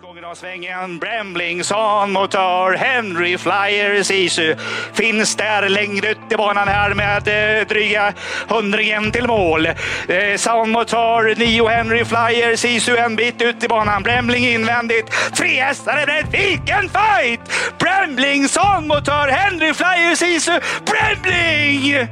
Gången av svängen, Bremlingsson motor, Henry Flyer Sisu finns där längre ut i banan här med dryga 100 till mål. Sound motor, 9 Henry Flyer Sisu en bit ut i banan, Bremling invändigt, 3 hästar är det, vilken fight! Bremlingsson motor, Henry Flyer Sisu, Bremling!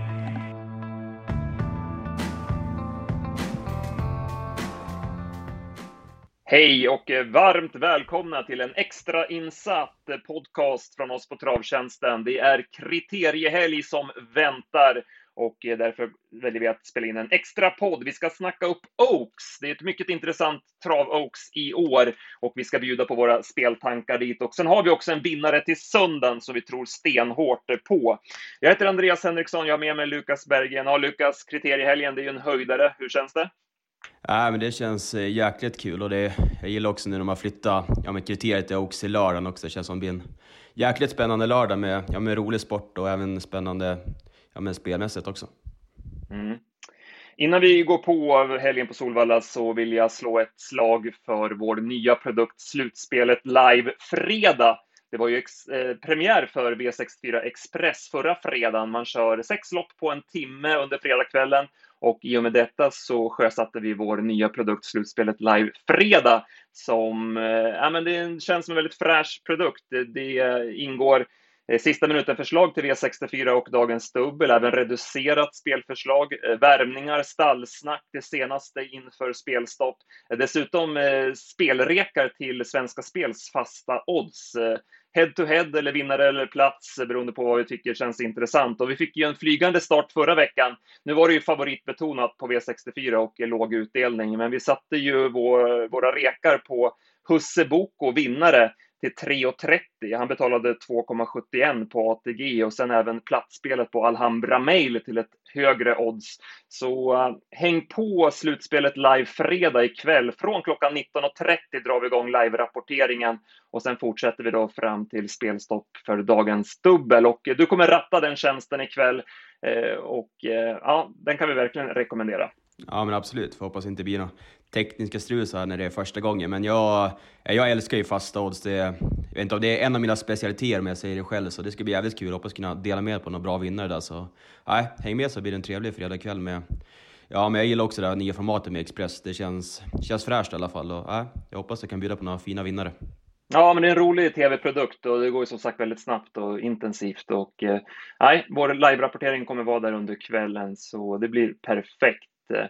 Hej och varmt välkomna till en extra insatt podcast från oss på Travtjänsten. Det är kriteriehelg som väntar och därför väljer vi att spela in en extra podd. Vi ska snacka upp Oaks. Det är ett mycket intressant trav Oaks i år och vi ska bjuda på våra speltankar dit. Och sen har vi också en vinnare till söndagen som vi tror stenhårt på. Jag heter Andreas Henriksson, jag har med mig Lukas Berggren. Ja, Lukas, kriteriehelgen, det är ju en höjdare. Hur känns det? Ja, men det känns jäkligt kul och jag gillar också nu när man flyttar med kriteriet till Oaks i lördagen också. Det känns som en jäkligt spännande lördag med rolig sport och även spännande med spelmässigt också. Innan vi går på helgen på Solvalla så vill jag slå ett slag för vår nya produkt Slutspelet Live fredag. Det var ju premiär för V64 Express förra fredagen. Man kör 6 lopp på en timme under fredagskvällen. Och i och med detta så sjösatte vi vår nya produkt Slutspelet Live fredag. Som, det känns som en väldigt fräsch produkt. Det ingår sista minuten förslag till V64 och dagens dubbel. Även reducerat spelförslag, värmningar, stallsnack, det senaste inför spelstopp. Dessutom spelrekar till Svenska Spels fasta odds. Head-to-head eller vinnare eller plats beroende på vad vi tycker känns intressant. Och vi fick ju en flygande start förra veckan. Nu var det ju favoritbetonat på V64 och låg utdelning. Men vi satte ju våra rekar på Husse Boko vinnare till 3,30. Han betalade 2,71 på ATG och sen även platsspelet på Alhambra Mail till ett högre odds. Så häng på Slutspelet Live fredag ikväll. Från klockan 19.30 drar vi igång live-rapporteringen och sen fortsätter vi då fram till spelstopp för dagens dubbel. Och du kommer ratta den tjänsten ikväll och den kan vi verkligen rekommendera. Ja, men absolut. Får hoppas inte blir några tekniska strul så här när det är första gången. Men jag älskar ju fasta odds. Jag vet inte om det är en av mina specialiteter, men jag säger det själv. Så det ska bli jävligt kul. Hoppas kunna dela med på några bra vinnare där. Så häng med så blir det en trevlig fredagkväll med... Ja, men jag gillar också det här nya formatet med Express. Det känns fräscht i alla fall. Och jag hoppas jag kan bjuda på några fina vinnare. Ja, men det är en rolig tv-produkt och det går ju som sagt väldigt snabbt och intensivt. Och vår live-rapportering kommer vara där under kvällen så det blir perfekt.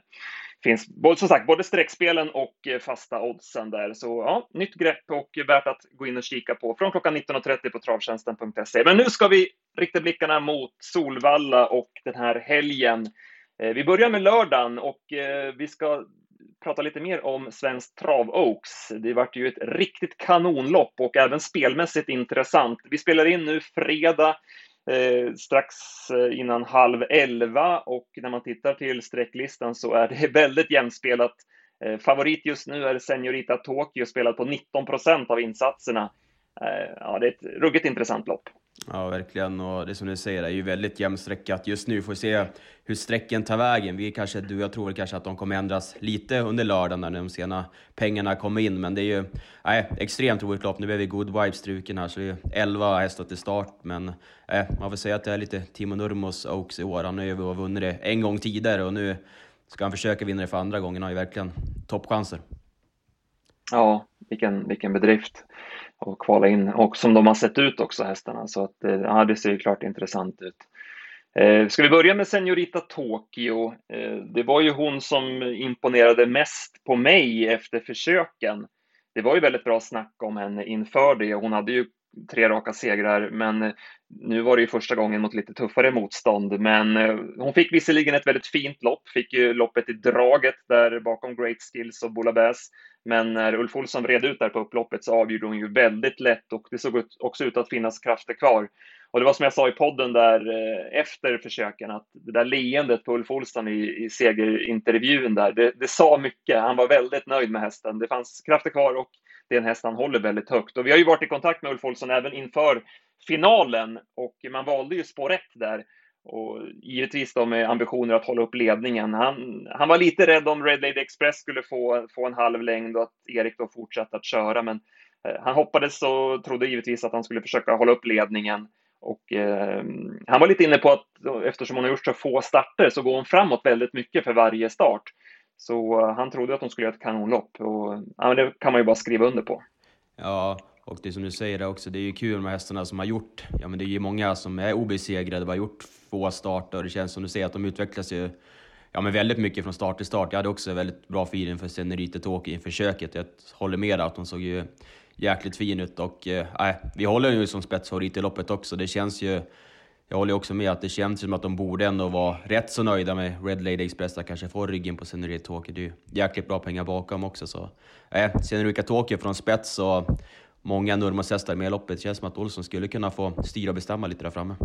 Finns både streckspelen och fasta oddsen där. Så nytt grepp och värt att gå in och kika på från klockan 19.30 på travtjänsten.se. Men nu ska vi rikta blickarna mot Solvalla och den här helgen. Vi börjar med lördagen och vi ska prata lite mer om svensk trav Oaks. Det vart ju ett riktigt kanonlopp och även spelmässigt intressant. Vi spelar in nu fredag strax innan 10:30 och när man tittar till sträcklistan så är det väldigt jämspelat. Favorit just nu är Senorita Tokyo, spelad på 19% av insatserna. Det är ett ruggigt intressant lopp. Ja, verkligen. Och det som du säger är ju väldigt jämnsträckat. Just nu får vi se hur sträcken tar vägen. Jag tror kanske att de kommer ändras lite under lördagen när de sena pengarna kommer in. Men det är ju extremt roligt lopp. Nu är vi good vibes struken här så det är 11 hästar till start. Men man får säga att det är lite Timo Nurmos Oaks i år. Han har ju vunnit det en gång tidigare och nu ska han försöka vinna det för andra gången. Han har ju verkligen toppchanser. Ja, vilken bedrift och kvala in och som de har sett ut också hästarna så att det ser ju klart intressant ut. Ska vi börja med Senorita Tokyo? Det var ju hon som imponerade mest på mig efter försöken. Det var ju väldigt bra snack om henne inför det. Hon hade ju 3 raka segrar men nu var det ju första gången mot lite tuffare motstånd. Men hon fick visserligen ett väldigt fint lopp. Fick ju loppet i draget där bakom Great Skills och Bullabäs. Men när Ulf Olsson red ut där på upploppet så avgjorde hon ju väldigt lätt och det såg också ut att finnas krafter kvar. Och det var som jag sa i podden där efter försöken att det där leendet på Ulf Olsson i segerintervjun där, det sa mycket. Han var väldigt nöjd med hästen. Det fanns krafter kvar och det är en häst han håller väldigt högt. Och vi har ju varit i kontakt med Ulf Olsson även inför finalen och man valde ju spår 1 där. Och givetvis då med ambitioner att hålla upp ledningen. Han var lite rädd om Red Lady Express skulle få en halv längd och att Erik då fortsatte att köra. Men han hoppades och trodde givetvis att han skulle försöka hålla upp ledningen. Och han var lite inne på att eftersom hon har gjort så få starter så går hon framåt väldigt mycket för varje start. Så han trodde att hon skulle göra ett kanonlopp. Och ja, det kan man ju bara skriva under på. Ja, och det som du säger där också, det är ju kul med hästarna som har gjort, ja men det är ju många som är obesegrade, bara gjort få starter, och det känns som du säger att de utvecklas ju men väldigt mycket från start till start. Jag hade också väldigt bra feeling för Senorita Tokyo i försöket. Jag håller med att de såg ju jäkligt fin ut, och vi håller ju som spetsfavorit i loppet också. Det känns ju, jag håller också med att det känns som att de borde ändå vara rätt så nöjda med Red Lady Express, där kanske får ryggen på Senorita Tokyo. Det är ju jäkligt bra pengar bakom också, så Senorita Tokyo från spets och många Nurmos-hästar med i loppet. Det känns som att Olsson skulle kunna få styra och bestämma lite där framme.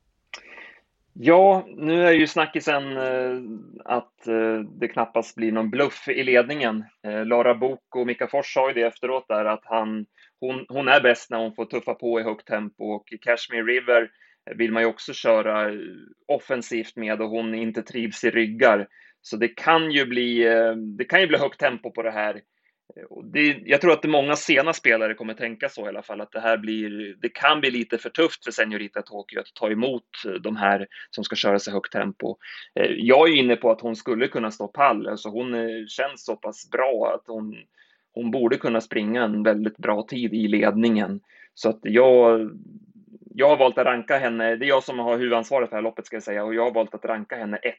Ja, nu är ju snackisen att det knappast blir någon bluff i ledningen. Lara Bok och Mika Fors sa ju det efteråt där, att hon är bäst när hon får tuffa på i högt tempo, och Cashmere River vill man ju också köra offensivt med, och hon inte trivs i ryggar. Så det kan ju bli högt tempo på det här. Jag tror att många sena spelare kommer tänka så i alla fall, att det kan bli lite för tufft för Senorita Tokyo att ta emot de här som ska köra sig högt tempo. Jag är inne på att hon skulle kunna stå pall, alltså hon känns så pass bra att hon borde kunna springa en väldigt bra tid i ledningen. Så att jag har valt att ranka henne, det är jag som har huvudansvaret för det här loppet ska jag säga, och jag har valt att ranka henne 1.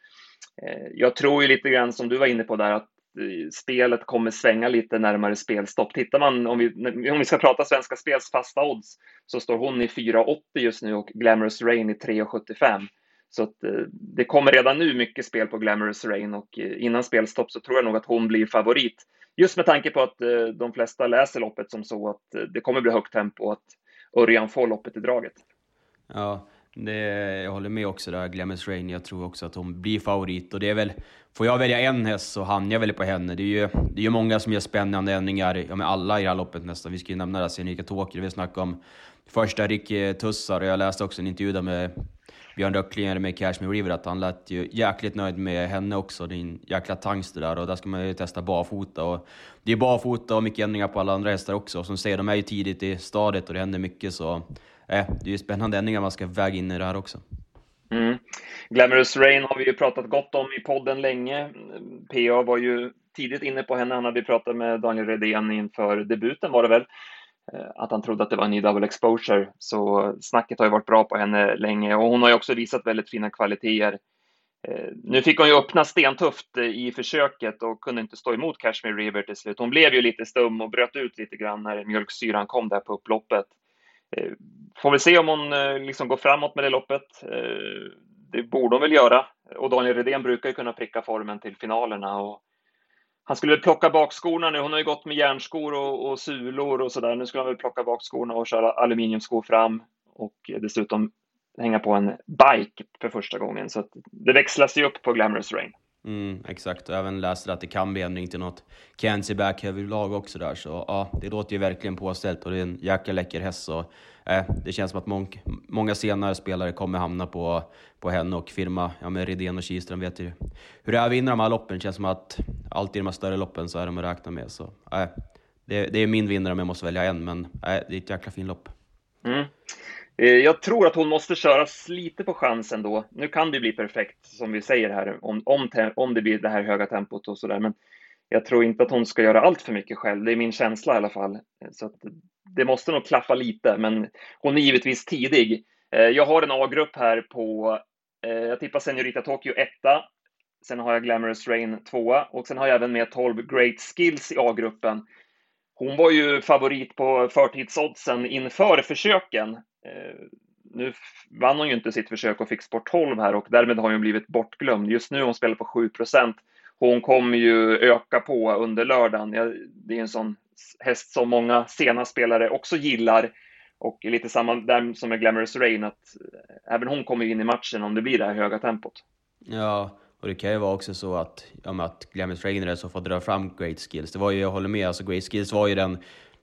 Jag tror ju lite grann som du var inne på där, att spelet kommer svänga lite närmare spelstopp. Tittar man, om vi ska prata Svenska Spels fasta odds, så står hon i 4,80 just nu och Glamorous Rain i 3,75. Så att det kommer redan nu mycket spel på Glamorous Rain, och innan spelstopp så tror jag nog att hon blir favorit. Just med tanke på att de flesta läser loppet som så att det kommer bli högt tempo och att Örjan får loppet i draget. Ja, jag håller med också där, Glamorous Rain. Jag tror också att hon blir favorit, och det är väl, får jag välja en häst så hann jag väl på henne. Det är ju många som gör spännande ändringar, med alla i det här loppet nästan. Vi ska ju nämna det, Senorita Tokyo, vi snackar om första Ricky Tussar, och jag läste också en intervju där med Björn Röcklinger med Cashmere River, att han lät ju jäkligt nöjd med henne också. Det är en jäkla tangster där, och där ska man ju testa barfota, och det är barfota och mycket ändringar på alla andra hästar också. Som säger, de är ju tidigt i stadiet och det händer mycket, så det är ju spännande ändringar man ska väga in i det här också. Glamorous Rain har vi ju pratat gott om i podden länge. PA var ju tidigt inne på henne. Han hade pratat med Daniel Redén inför debuten, var det väl, att han trodde att det var en ny double exposure. Så snacket har ju varit bra på henne länge, och hon har ju också visat väldigt fina kvaliteter. Nu fick hon ju öppna stentufft i försöket och kunde inte stå emot Cashmere River till slut. Hon blev ju lite stum och bröt ut lite grann när mjölksyran kom där på upploppet. Får vi se om hon liksom går framåt med det loppet. Det borde hon väl göra. Och Daniel Redén brukar ju kunna pricka formen till finalerna. Och han skulle väl plocka bakskorna nu. Hon har ju gått med järnskor och sulor och sådär. Nu skulle han väl plocka bakskorna och köra aluminiumskor fram. Och dessutom hänga på en bike för första gången. Så att det växlas ju upp på Glamorous Rain. Exakt, och även läste att det kan bli ändring till något Kenzie back överlag också där, så ja, det låter ju verkligen påställt, och det är en jäkla läcker häst, så det känns som att många senare spelare kommer hamna på henne och firma, med Redén och Kihlström vet ju hur det är att vinna de här loppen. Det känns som att alltid i de här större loppen så är de att räkna med, så det är min vinnare om jag måste välja en, men det är ett jäkla fin lopp. Jag tror att hon måste köras lite på chansen då. Nu kan det bli perfekt, som vi säger här, om det blir det här höga tempot och sådär. Men jag tror inte att hon ska göra allt för mycket själv. Det är min känsla i alla fall. Så att det måste nog klaffa lite, men hon är givetvis tidig. Jag har en A-grupp här på, jag tippar Senorita Tokyo 1. Sen har jag Glamorous Rain 2. Och sen har jag även med 12 Great Skills i A-gruppen. Hon var ju favorit på förtidsoddsen inför försöken. Nu vann hon ju inte sitt försök och fick sport 12 här, och därmed har hon blivit bortglömd. Just nu hon spelar på 7%. Hon kommer ju öka på under lördagen. Det är en sån häst som många sena spelare också gillar, och lite samma där som med Glamorous Rain, att även hon kommer in i matchen om det blir det här höga tempot. Ja, och det kan ju vara också så att Glamorous Rain är så får dra fram Great Skills. Det var ju, jag håller med, alltså Great Skills var ju den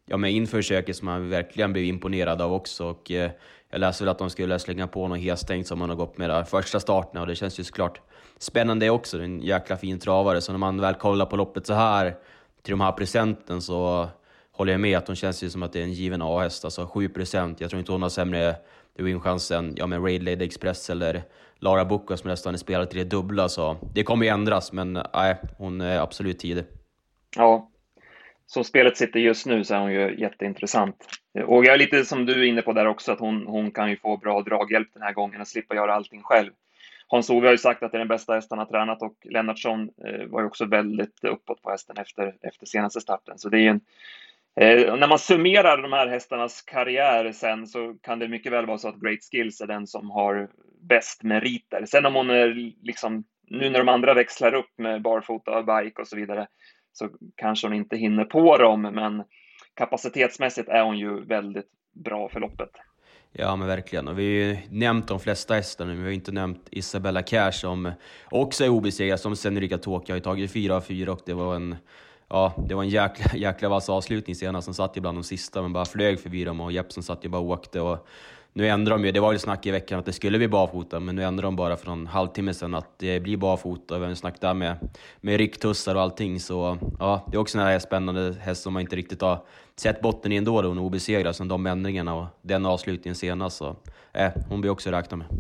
ja, men inför försöket som man verkligen blev imponerad av också. Och jag läste väl att de skulle slänga på något helstängt som man har gått med där första starten, och det känns ju såklart spännande också. Det är en jäkla fin travare, så när man väl kollar på loppet så här till de här procenten så håller jag med att hon känns ju som att det är en given A-häst. Alltså 7%, jag tror inte hon har sämre win-chansen, ja, men Raid Lady Express eller Lara Bocco som nästan är spelat till det dubbla, så det kommer ju ändras, men nej, hon är absolut tidig. Ja, som spelet sitter just nu så är hon ju jätteintressant. Och jag är lite som du är inne på där också, att hon kan ju få bra draghjälp den här gången och slippa göra allting själv. Hans-Ove har ju sagt att det är den bästa hästen han har tränat, och Lennartsson var ju också väldigt uppåt på hästen efter senaste starten. Så det är när man summerar de här hästarnas karriär sen, så kan det mycket väl vara så att Great Skills är den som har bäst meriter. Sen om hon är liksom, nu när de andra växlar upp med barfota och bike och så vidare, så kanske hon inte hinner på dem, men kapacitetsmässigt är hon ju väldigt bra för loppet. Ja, men verkligen. Och vi har ju nämnt de flesta hästarna, men vi har inte nämnt Isabella Cash som också är obesegrad, som Senorita Tokyo har tagit 4 av 4, och det var en jäkla vass avslutning senast, som satt ibland de sista, men bara flög förbi dem, och Jeppson satt ju bara och åkte. Och nu ändrar de ju, det var ju snack i veckan att det skulle bli barfota, men nu ändrar de bara för en halvtimme sedan att det blir barfota. Vi har en snack där med rikttussar och allting, så ja, det är också en här spännande häst som man inte riktigt har sett botten i ändå, då hon är obesegrad som de ändringarna och den avslutningen senast, så hon blir också räkna med.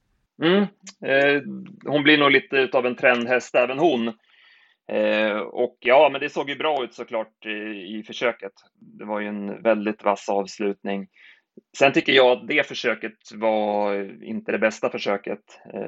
Hon blir nog lite av en trendhäst även hon. Och ja, men det såg ju bra ut såklart i försöket. Det var ju en väldigt vass avslutning. Sen tycker jag att det försöket var inte det bästa försöket.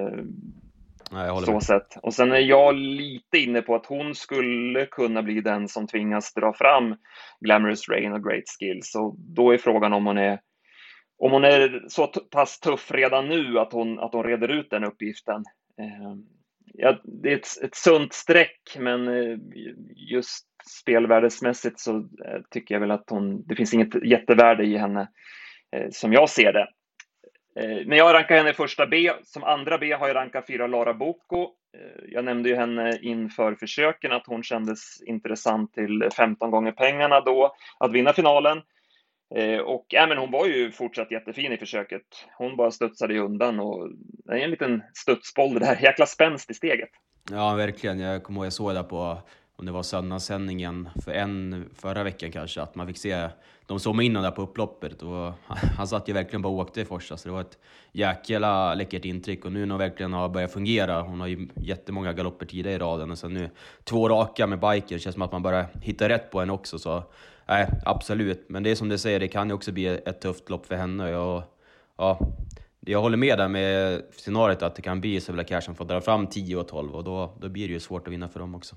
Nej, jag håller så med. sett. Och sen är jag lite inne på att hon skulle kunna bli den som tvingas dra fram Glamorous Rain och Great Skills. Så då är frågan om hon är så pass tuff redan nu att hon reder ut den uppgiften. Ja, det är ett sunt streck, men just spelvärdesmässigt så tycker jag väl att det finns inget jättevärde i henne som jag ser det. Men jag rankar henne första B. Som andra B har jag rankat 4 Lara Bocco. Jag nämnde ju henne inför försöken att hon kändes intressant till 15 gånger pengarna då att vinna finalen. Och men hon var ju fortsatt jättefin i försöket. Hon bara studsade ju undan, och det är en liten studsboll, det där jäkla spänst i steget. Ja, verkligen. Jag kommer ihåg jag såg det på, om det var söndagssändningen förra veckan kanske, att man fick se, de såg in där på upploppet, och han satt ju verkligen bara och åkte i första, så det var ett jäkla läckert intryck. Och nu när hon verkligen har börjat fungera, hon har ju jättemånga galopper tidigare i raden, och sen nu 2 raka med biker, det känns som att man bara hittar rätt på henne också, så nej, absolut. Men det är som du säger, det kan ju också bli ett tufft lopp för henne. Jag håller med där med scenariot att det kan bli Isabella Cash som får dra fram 10 och 12, och då blir det ju svårt att vinna för dem också.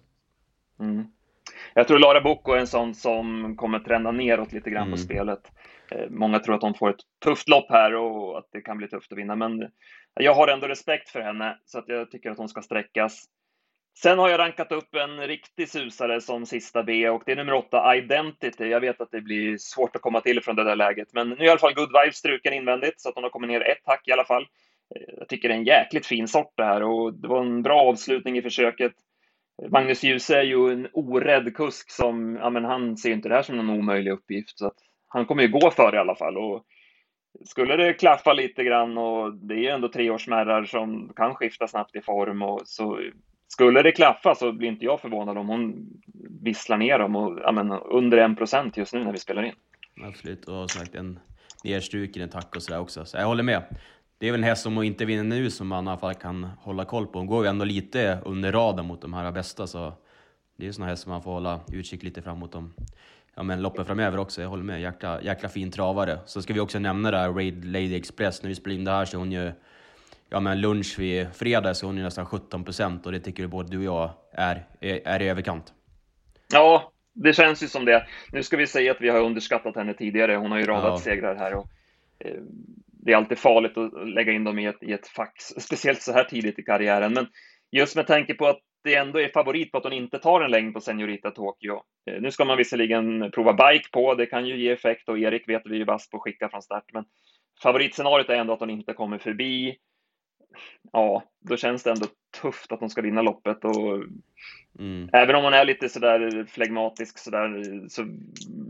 Jag tror Lara Bocco är en sån som kommer trenda neråt lite grann på spelet. Många tror att hon får ett tufft lopp här och att det kan bli tufft att vinna, men jag har ändå respekt för henne, så att jag tycker att hon ska sträckas. Sen har jag rankat upp en riktig susare som sista B, och det är nummer 8 Identity. Jag vet att det blir svårt att komma till från det där läget, men nu är i alla fall Good Vibes struken invändigt, så att hon har kommit ner 1 hack i alla fall. Jag tycker det är en jäkligt fin sort det här, och det var en bra avslutning i försöket. Magnus Djuse är ju en orädd kusk som, han ser inte det här som någon omöjlig uppgift, så att han kommer ju gå för det i alla fall. Och skulle det klaffa lite grann, och det är ju ändå 3-årsmärrar som kan skifta snabbt i form, och så skulle det klaffa så blir inte jag förvånad om hon visslar ner dem, och under 1% just nu när vi spelar in. Absolut, och som sagt en nerstruken tack och sådär också, så jag håller med. Det är väl en häst som inte vinner nu som man i alla fall kan hålla koll på. Hon går ju ändå lite under raden mot de här bästa, så det är ju såna häst som man får hålla utkik lite fram mot dem. Ja, men loppen framöver också, jag håller med. Jäkla fin travare. Så ska vi också nämna där Raid Lady Express. När vi spelar in det här så hon ju, lunch vid fredag så hon är nästan 17%, och det tycker både du och jag är i överkant. Ja, det känns ju som det. Nu ska vi säga att vi har underskattat henne tidigare. Hon har ju radat segrar här, och det är alltid farligt att lägga in dem i ett fax, speciellt så här tidigt i karriären. Men just med tanke på att det ändå är favorit på att hon inte tar en längd på Senorita Tokyo. Nu ska man visserligen prova bike på, det kan ju ge effekt, och Erik vet vi ju bast på att skicka från start. Men favoritscenariot är ändå att hon inte kommer förbi. Ja, då känns det ändå tufft att hon ska vinna loppet, och även om hon är lite sådär flegmatisk sådär, så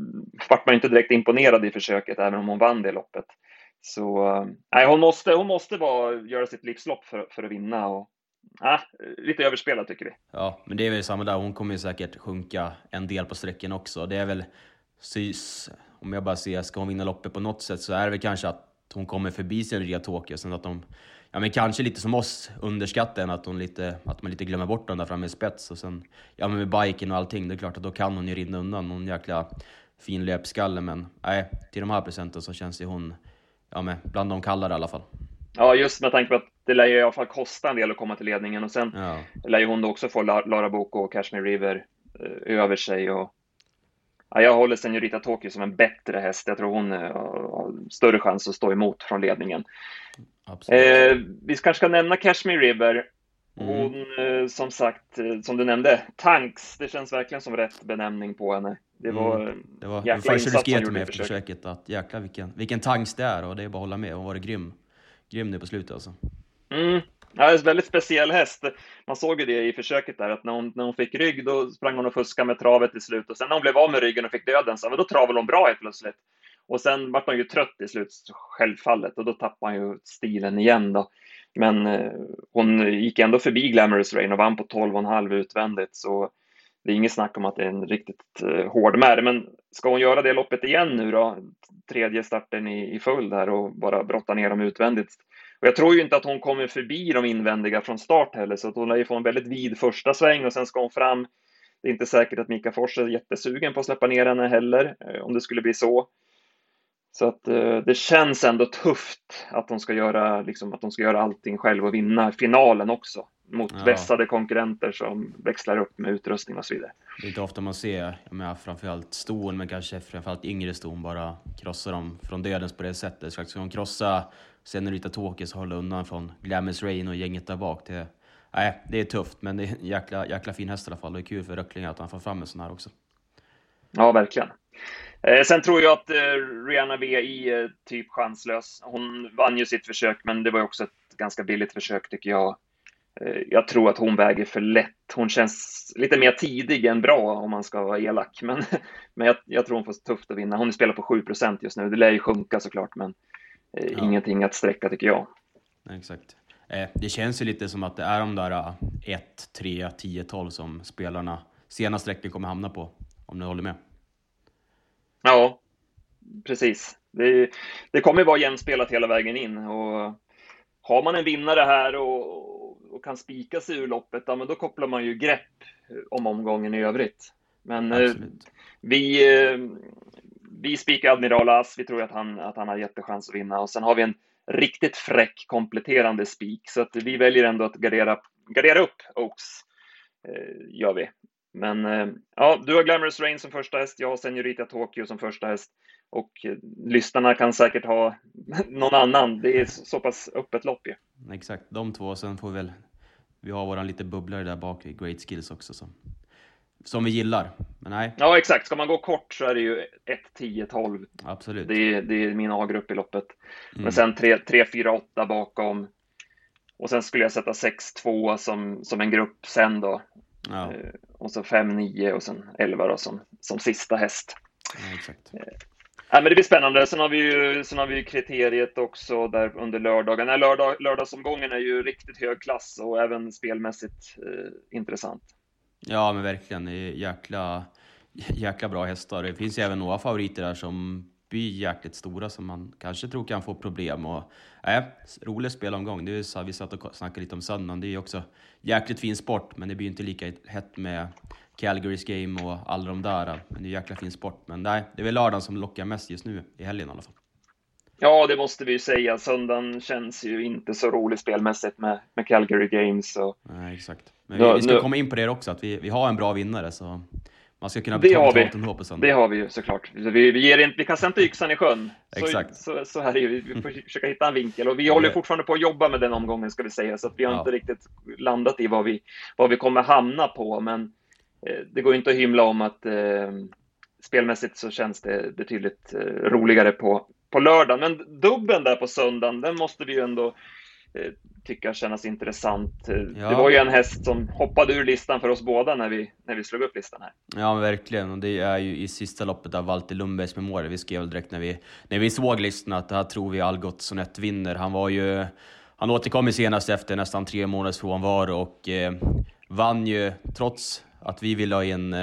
vart man inte direkt imponerad i försöket, även om hon vann det loppet. Så nej, hon måste göra sitt livslopp för att vinna. Och lite överspelad tycker vi. Ja, men det är väl samma där. Hon kommer ju säkert sjunka en del på sträckan också. Det är väl, om jag bara ser, ska hon vinna loppet på något sätt, så är det väl kanske att hon kommer förbi sin Ria Tokyo. Sen att de, ja men kanske lite som oss, underskattar att man lite glömmer bort den där framme i spets. Och sen, ja men med biken och allting, det är klart att då kan hon ju rinna undan någon jäkla fin löpskalle. Men nej, till de här procenten så känns ju hon, ja men bland de kallare i alla fall. Ja, just med tanke på att det lär ju i alla fall kosta en del att komma till ledningen. Och sen lär ju hon då också få Lara Boko och Cashmere River över sig. Och jag håller Senorita Tokyo som en bättre häst. Jag tror hon har större chans att stå emot från ledningen. Vi kanske ska nämna Cashmere River. Hon, som sagt, som du nämnde, Tanks. Det känns verkligen som rätt benämning på henne. Det var jäkla insats hon gjorde med efter försöket. Att jäkla vilken Tanks det är. Och det är bara att hålla med. Hon var grym nu på slutet alltså. Ja, det är en väldigt speciell häst. Man såg ju det i försöket där, att när hon fick rygg, då sprang hon och fuskade med travet i slut. Och sen när hon blev av med ryggen och fick döden, så då travade hon bra helt plötsligt. Och sen var man ju trött i slut, självfallet. Och då tappade han ju stilen igen då. Men hon gick ändå förbi Glamorous Rain och vann på 12,5 utvändigt. Så det är inget snack om att det är en riktigt hård mär. Men ska hon göra det loppet igen nu då? Tredje starten i full där och bara brotta ner dem utvändigt. Och jag tror ju inte att hon kommer förbi de invändiga från start heller. Så att hon lär ju få en väldigt vid första sväng och sen ska hon fram. Det är inte säkert att Mika Fors är jättesugen på att släppa ner henne heller, om det skulle bli så. Så att det känns ändå tufft att de ska göra allting själv och vinna finalen också. Mot vässade konkurrenter som växlar upp med utrustning och så vidare. Det är inte ofta man ser, framförallt ston, men kanske framförallt yngre ston, bara krossa dem från dödens på det sättet. Så ska de krossa Senorita Tokyo så hålla undan från Glamorous Rain och gänget där bak. Det är tufft, men det är en jäkla fin häst i alla fall. Det är kul för Röcklingar att han får fram en sån här också. Ja, verkligen. Sen tror jag att Rihanna VI är typ chanslös. Hon vann ju sitt försök, men det var ju också ett ganska billigt försök tycker jag. Jag tror att hon väger för lätt. Hon känns lite mer tidig än bra om man ska vara elak. Men jag tror hon får tufft att vinna. Hon spelar på 7% just nu. Det lär ju sjunka såklart, men ingenting att sträcka tycker jag. Exakt. Det känns ju lite som att det är de där 1, 3, 10, 12 som spelarna senast sträckning kommer hamna på. Om ni håller med. Ja, precis. Det kommer vara jämspelat hela vägen in. Och har man en vinnare här och kan spika sig ur loppet, men då kopplar man ju grepp om omgången i övrigt. Men vi spikar Admiral As. Vi tror att han har jättechans att vinna. Och sen har vi en riktigt fräck kompletterande spik. Så att vi väljer ändå att gardera upp Oaks. Gör vi. Men du har Glamorous Rain som första häst. Jag har Senorita Tokyo som första häst. Och lyssnarna kan säkert ha någon annan. Det är så pass öppet lopp ju. Exakt, de två. Sen får vi har våran lite bubblare där bak i Great Skills också som vi gillar. Men nej. Ja, exakt. Ska man gå kort så är det ju 1, 10, 12. Absolut. Det är min A-grupp i loppet. Men sen 3, 4, 8 bakom. Och sen skulle jag sätta 6, 2 som en grupp sen då. Ja. Och så 5, 9 och sen 11 då som sista häst. Ja, exakt. Men det blir spännande. Sen har vi kriteriet också där under lördagen. Lördagsomgången är ju riktigt hög klass och även spelmässigt intressant. Ja, men verkligen. Det är jäkla bra hästar. Det finns ju även några favoriter där som blir jäkligt stora som man kanske tror kan få problem. Och rolig spelomgång. Det är så vi satt och snackade lite om söndagen. Det är ju också jäkligt fin sport, men det blir inte lika hett med Calgary's Game och alla de där. Men det är jäkla fin sport. Men nej, det är väl lördagen som lockar mest just nu i helgen i alla fall. Ja, det måste vi ju säga. Söndagen känns ju inte så rolig spelmässigt med Calgary Games. Och... Nej, exakt. Men vi ska komma in på det också, att vi har en bra vinnare, så man ska kunna betala på söndag. Det har vi ju såklart. Vi kan sätta yxan i sjön. Exakt. Så här är det. Vi får försöka hitta en vinkel. Och vi håller fortfarande på att jobba med den omgången, ska vi säga. Så att vi har inte riktigt landat i vad vi kommer hamna på. Men det går inte att hymla om att spelmässigt så känns det betydligt roligare på lördagen. Men dubben där på söndagen, den måste vi ju ändå tycker jag kännas intressant. Ja. Det var ju en häst som hoppade ur listan för oss båda när vi slog upp listan här. Ja, men verkligen. Och det är ju i sista loppet av Walter Lundbergs Memorial. Vi skrev direkt när vi såg listan att det här tror vi Algot Sonett vinner. Han återkom ju senast efter nästan 3 månaders frånvaro och vann ju, trots att vi ville ha in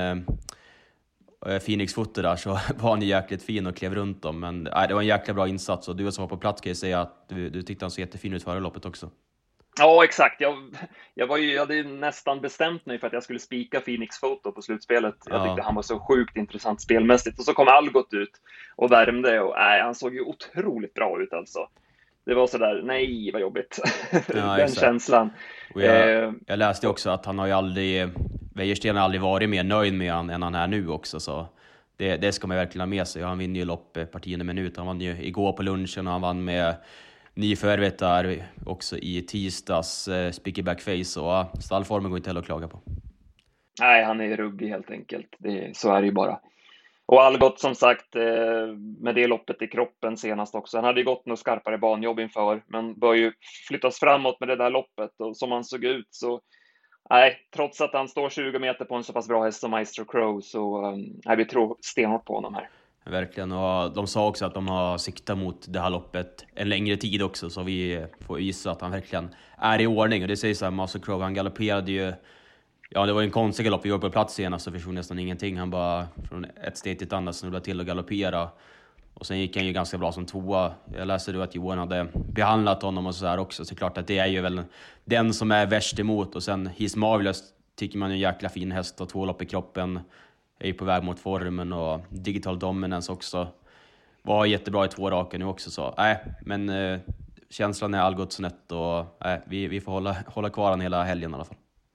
Phoenix Foto där, så var han ju jäkligt fin och klev runt dem. Men det var en jäkla bra insats, och du som var på plats kan ju säga att du tyckte han så jättefin ut före loppet också. Ja, exakt. Jag hade nästan bestämt mig för att jag skulle spika Phoenix Foto på slutspelet. Jag tyckte han var så sjukt intressant spelmässigt. Och så kom Algot ut och värmde, och han såg ju otroligt bra ut alltså. Det var sådär, nej vad jobbigt. Den exakt. Känslan. Och jag läste också att han har ju aldrig, Wäjersten har aldrig varit mer nöjd med han än han är nu också, så det ska man verkligen ha med sig. Han vinner ju lopp partiende minut. Han vann ju igår på lunchen, och han vann med nyförvärvet där också i tisdags, Spicky Backface, och stallformen går inte heller att klaga på. Nej, han är ruggig helt enkelt. Så är det ju bara. Och Algot som sagt, med det loppet i kroppen senast också. Han hade ju gått något skarpare banjobb inför, men bör ju flyttas framåt med det där loppet. Och som han såg ut så, nej, trots att han står 20 meter på en så pass bra häst som Maestro Crow, så vi tror stenhårt på honom här. Verkligen, och de sa också att de har siktat mot det här loppet en längre tid också, så vi får visa att han verkligen är i ordning. Och det säger så här, Maestro Crow, han galopperade ju, ja det var en konstig galopp, vi var på plats senast så förstod nästan ingenting. Han bara från ett steg till ett annat snurrade till och galoppera. Och sen gick han ju ganska bra som tvåa. Jag läste då att Johan hade behandlat honom och så här också, så klart att det är ju väl den som är värst emot. Och sen He's Marvelous tycker man är en jäkla fin häst, och 2 lopp i kroppen, är ju på väg mot formen, och Digital Dominance också var jättebra i 2 raka nu också, så men känslan är Algot Sonett, och vi får hålla kvar han hela helgen i alla fall.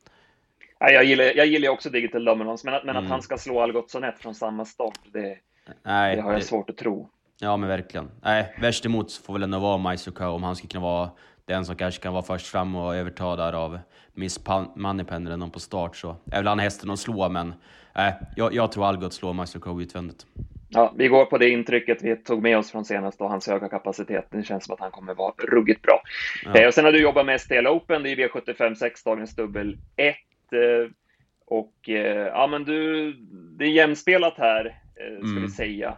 Jag gillar också Digital Dominance, men att han ska slå Algot Sonett från samma start, det har jag svårt att tro. Ja, men verkligen. Värst emot får väl ändå vara Maestro Crow, om han ska kunna vara den som kanske kan vara först fram och överta där av Miss Moneypenny eller någon på start, så är väl han hästen att slå, men jag tror Algot slår Maestro Crow utvändigt. Ja, vi går på det intrycket vi tog med oss från senast, och hans höga kapacitet. Det känns som att han kommer vara ruggigt bra. Ja. Och sen har du jobbat med STL Open, det är V75 6, dagens dubbel 1. Och men det är jämspelat här, ska vi säga.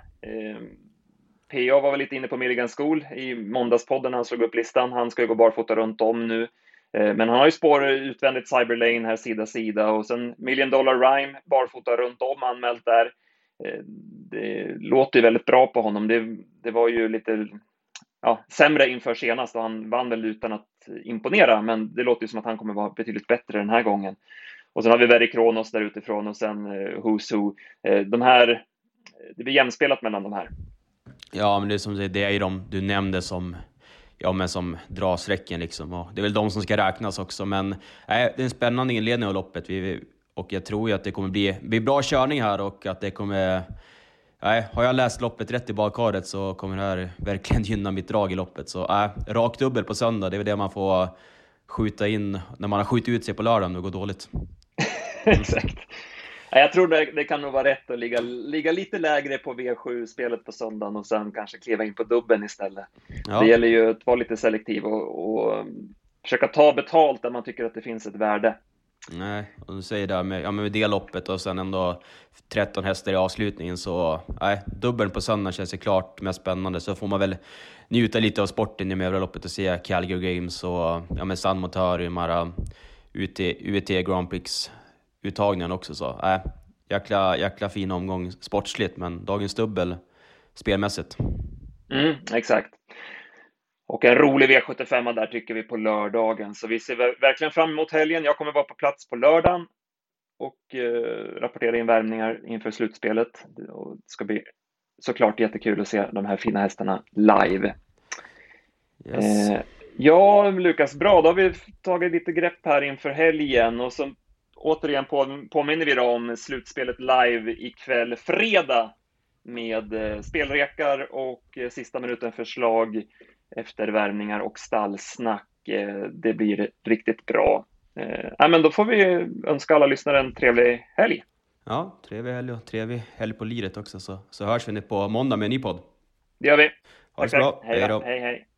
PA var väl lite inne på Milligan School i måndagspodden när han slog upp listan. Han ska ju gå barfota runt om nu. Men han har ju spår utvändigt Cyberlane här sida. Och sen $1 Million Rhyme barfota runt om anmält där. Det låter ju väldigt bra på honom. Det var ju lite sämre inför senast, och han vann väl utan att imponera. Men det låter ju som att han kommer vara betydligt bättre den här gången. Och sen har vi Very Kronos där utifrån, och sen Who's Who. Det blir jämspelat mellan de här. Ja, men det är ju de du nämnde som drar sträcken liksom. Och det är väl de som ska räknas också. Men det är en spännande inledning av loppet. Och jag tror ju att det kommer bli bra körning här, och att det kommer... har jag läst loppet rätt i badkaret så kommer det här verkligen gynna mitt drag i loppet. Så rak dubbel på söndag, det är väl det man får skjuta in när man har skjutit ut sig på lördagen och det går dåligt. Exakt. Jag tror det kan nog vara rätt att ligga lite lägre på V7-spelet på söndagen, och sen kanske kliva in på dubben istället. Ja. Det gäller ju att vara lite selektiv och försöka ta betalt där man tycker att det finns ett värde. Nej, och du säger det med det loppet och sen ändå 13 hästar i avslutningen, så dubbeln på söndag känns ju klart mest spännande. Så får man väl njuta lite av sporten i övriga loppet och se Calgary Games och med San Motor i de här UET Grand Prix uttagningen också, så jäkla fin omgång sportsligt, men dagens dubbel spelmässigt. Exakt. Och en rolig V75 där tycker vi på lördagen, så vi ser verkligen fram emot helgen. Jag kommer vara på plats på lördagen och rapportera in värmningar inför slutspelet, och det ska bli såklart jättekul att se de här fina hästarna live. Yes. Ja, Lukas, bra. Då har vi tagit lite grepp här inför helgen, och så återigen påminner vi då om slutspelet live ikväll fredag med spelrekar och sista minuten förslag efter värvningar och stallsnack. Det blir riktigt bra. Men då får vi önska alla lyssnare en trevlig helg. Ja, trevlig helg och trevlig helg på liret också, så hörs vi på måndag med en ny podd. Det gör vi. Ha det så bra. Hej då. Hej.